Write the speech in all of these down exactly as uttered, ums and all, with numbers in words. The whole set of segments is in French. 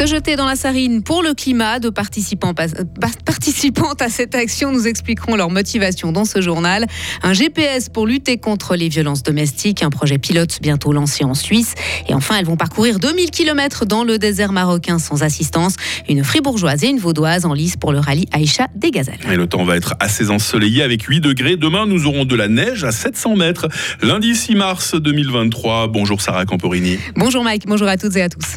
jeter dans la Sarine pour le climat. De participants, participantes à cette action nous expliqueront leur motivation dans ce journal. Un G P S pour lutter contre les violences domestiques, un projet pilote bientôt lancé en Suisse. Et enfin, elles vont parcourir deux mille kilomètres dans le désert marocain sans assistance. Une fribourgeoise et une vaudoise en lice pour le rallye Aïcha des Gazelles. Et le temps va être assez ensoleillé avec huit degrés. Demain, nous aurons de la neige à sept cents mètres. Lundi six mars deux mille vingt-trois. Bonjour Sarah Camporini. Bonjour Mike, bonjour à toutes et à tous.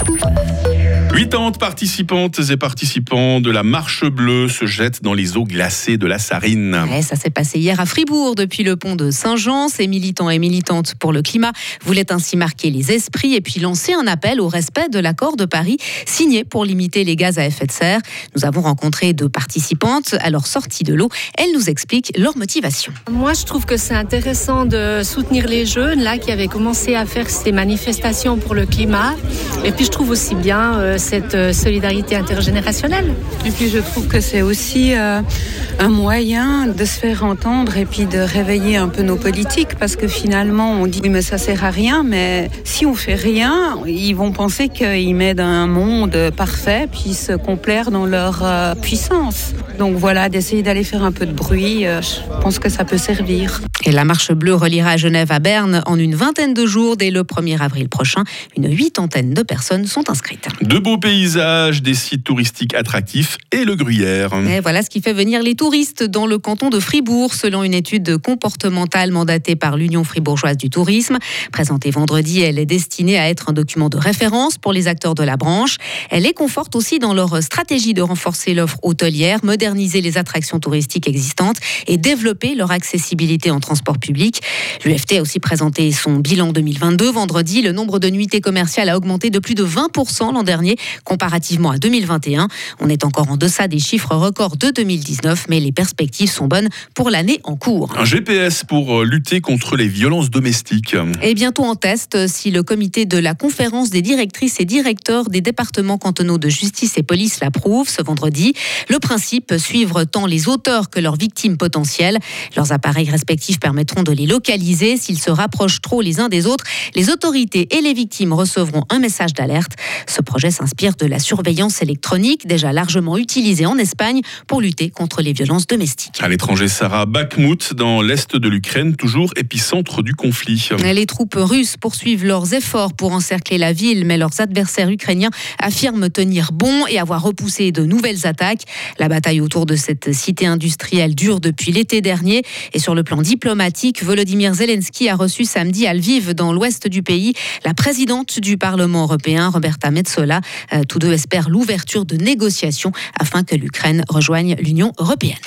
quatre-vingts participantes et participants de la Marche Bleue se jettent dans les eaux glacées de la Sarine. Ouais, ça s'est passé hier à Fribourg, depuis le pont de Saint-Jean. Ces militants et militantes pour le climat voulaient ainsi marquer les esprits et puis lancer un appel au respect de l'accord de Paris, signé pour limiter les gaz à effet de serre. Nous avons rencontré deux participantes. À leur sortie de l'eau, elles nous expliquent leur motivation. Moi, je trouve que c'est intéressant de soutenir les jeunes là qui avaient commencé à faire ces manifestations pour le climat. Et puis, je trouve aussi bien euh, cette solidarité intergénérationnelle. Et puis je trouve que c'est aussi euh, un moyen de se faire entendre et puis de réveiller un peu nos politiques, parce que finalement on dit mais ça sert à rien, mais si on fait rien, ils vont penser qu'ils m'aident à un monde parfait puis se complaire dans leur euh, puissance. Donc voilà, d'essayer d'aller faire un peu de bruit, euh, je pense que ça peut servir. Et la Marche Bleue reliera Genève à Berne en une vingtaine de jours dès le premier avril prochain. Une huitantaine de personnes sont inscrites. De beaux paysages, des sites touristiques attractifs et le gruyère. Et voilà ce qui fait venir les touristes dans le canton de Fribourg, selon une étude comportementale mandatée par l'Union fribourgeoise du tourisme. Présentée vendredi, elle est destinée à être un document de référence pour les acteurs de la branche. Elle les conforte aussi dans leur stratégie de renforcer l'offre hôtelière, moderniser les attractions touristiques existantes et développer leur accessibilité en transport public. L'U F T a aussi présenté son bilan deux mille vingt-deux. Vendredi, le nombre de nuitées commerciales a augmenté de plus de vingt pour cent l'an dernier, comparativement à deux mille vingt et un. On est encore en deçà des chiffres records de deux mille dix-neuf, mais les perspectives sont bonnes pour l'année en cours. Un G P S pour lutter contre les violences domestiques. Et bientôt en test, si le comité de la conférence des directrices et directeurs des départements cantonaux de justice et police l'approuve ce vendredi. Le principe, suivre tant les auteurs que leurs victimes potentielles. Leurs appareils respectifs permettront de les localiser. S'ils se rapprochent trop les uns des autres, les autorités et les victimes recevront un message d'alerte. Ce projet s'inspire de la surveillance électronique, déjà largement utilisée en Espagne pour lutter contre les violences domestiques. À l'étranger, Sarah, Bakhmout, dans l'est de l'Ukraine, toujours épicentre du conflit. Les troupes russes poursuivent leurs efforts pour encercler la ville, mais leurs adversaires ukrainiens affirment tenir bon et avoir repoussé de nouvelles attaques. La bataille autour de cette cité industrielle dure depuis l'été dernier. Et sur le plan diplomatique, Volodymyr Zelensky a reçu samedi à Lviv, dans l'ouest du pays, la présidente du Parlement européen, Roberta Metsola. Euh, tous deux espèrent l'ouverture de négociations afin que l'Ukraine rejoigne l'Union européenne.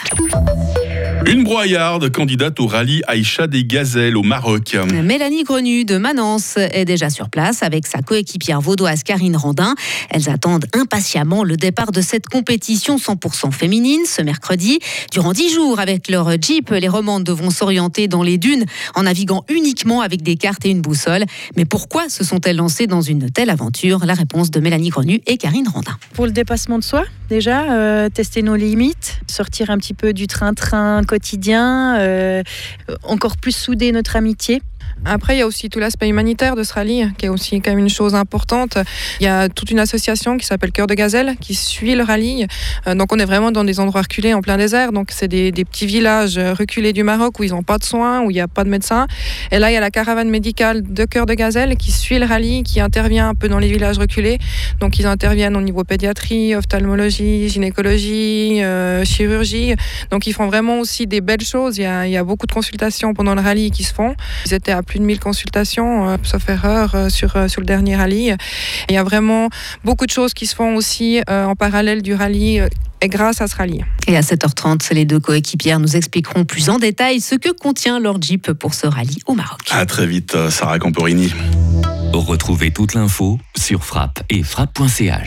Une broyarde candidate au rallye Aïcha des Gazelles au Maroc. Mélanie Grenu de Manance est déjà sur place avec sa coéquipière vaudoise Karine Randin. Elles attendent impatiemment le départ de cette compétition cent pour cent féminine ce mercredi. Durant dix jours, avec leur Jeep, les romandes devront s'orienter dans les dunes en naviguant uniquement avec des cartes et une boussole. Mais pourquoi se sont-elles lancées dans une telle aventure ? La réponse de Mélanie Grenu et Karine Randin. Pour le dépassement de soi, déjà, euh, tester nos limites, sortir un petit peu du train-train quotidien, euh, encore plus souder notre amitié. Après, il y a aussi tout l'aspect humanitaire de ce rallye, qui est aussi quand même une chose importante. Il y a toute une association qui s'appelle Cœur de Gazelle, qui suit le rallye. Euh, donc, on est vraiment dans des endroits reculés en plein désert. Donc, c'est des, des petits villages reculés du Maroc où ils n'ont pas de soins, où il n'y a pas de médecins. Et là, il y a la caravane médicale de Cœur de Gazelle qui suit le rallye, qui intervient un peu dans les villages reculés. Donc, ils interviennent au niveau pédiatrie, ophtalmologie, gynécologie, euh, chirurgie. Donc, ils font vraiment aussi des belles choses. Il y a, il y a beaucoup de consultations pendant le rallye qui se font. Ils étaient à plus de mille consultations, euh, sauf erreur, euh, sur, euh, sur le dernier rallye. Et il y a vraiment beaucoup de choses qui se font aussi euh, en parallèle du rallye euh, et grâce à ce rallye. Et à sept heures trente, les deux coéquipières nous expliqueront plus en détail ce que contient leur Jeep pour ce rallye au Maroc. À très vite, Sarah Camporini. Retrouvez toute l'info sur Frappe et frappe point c h.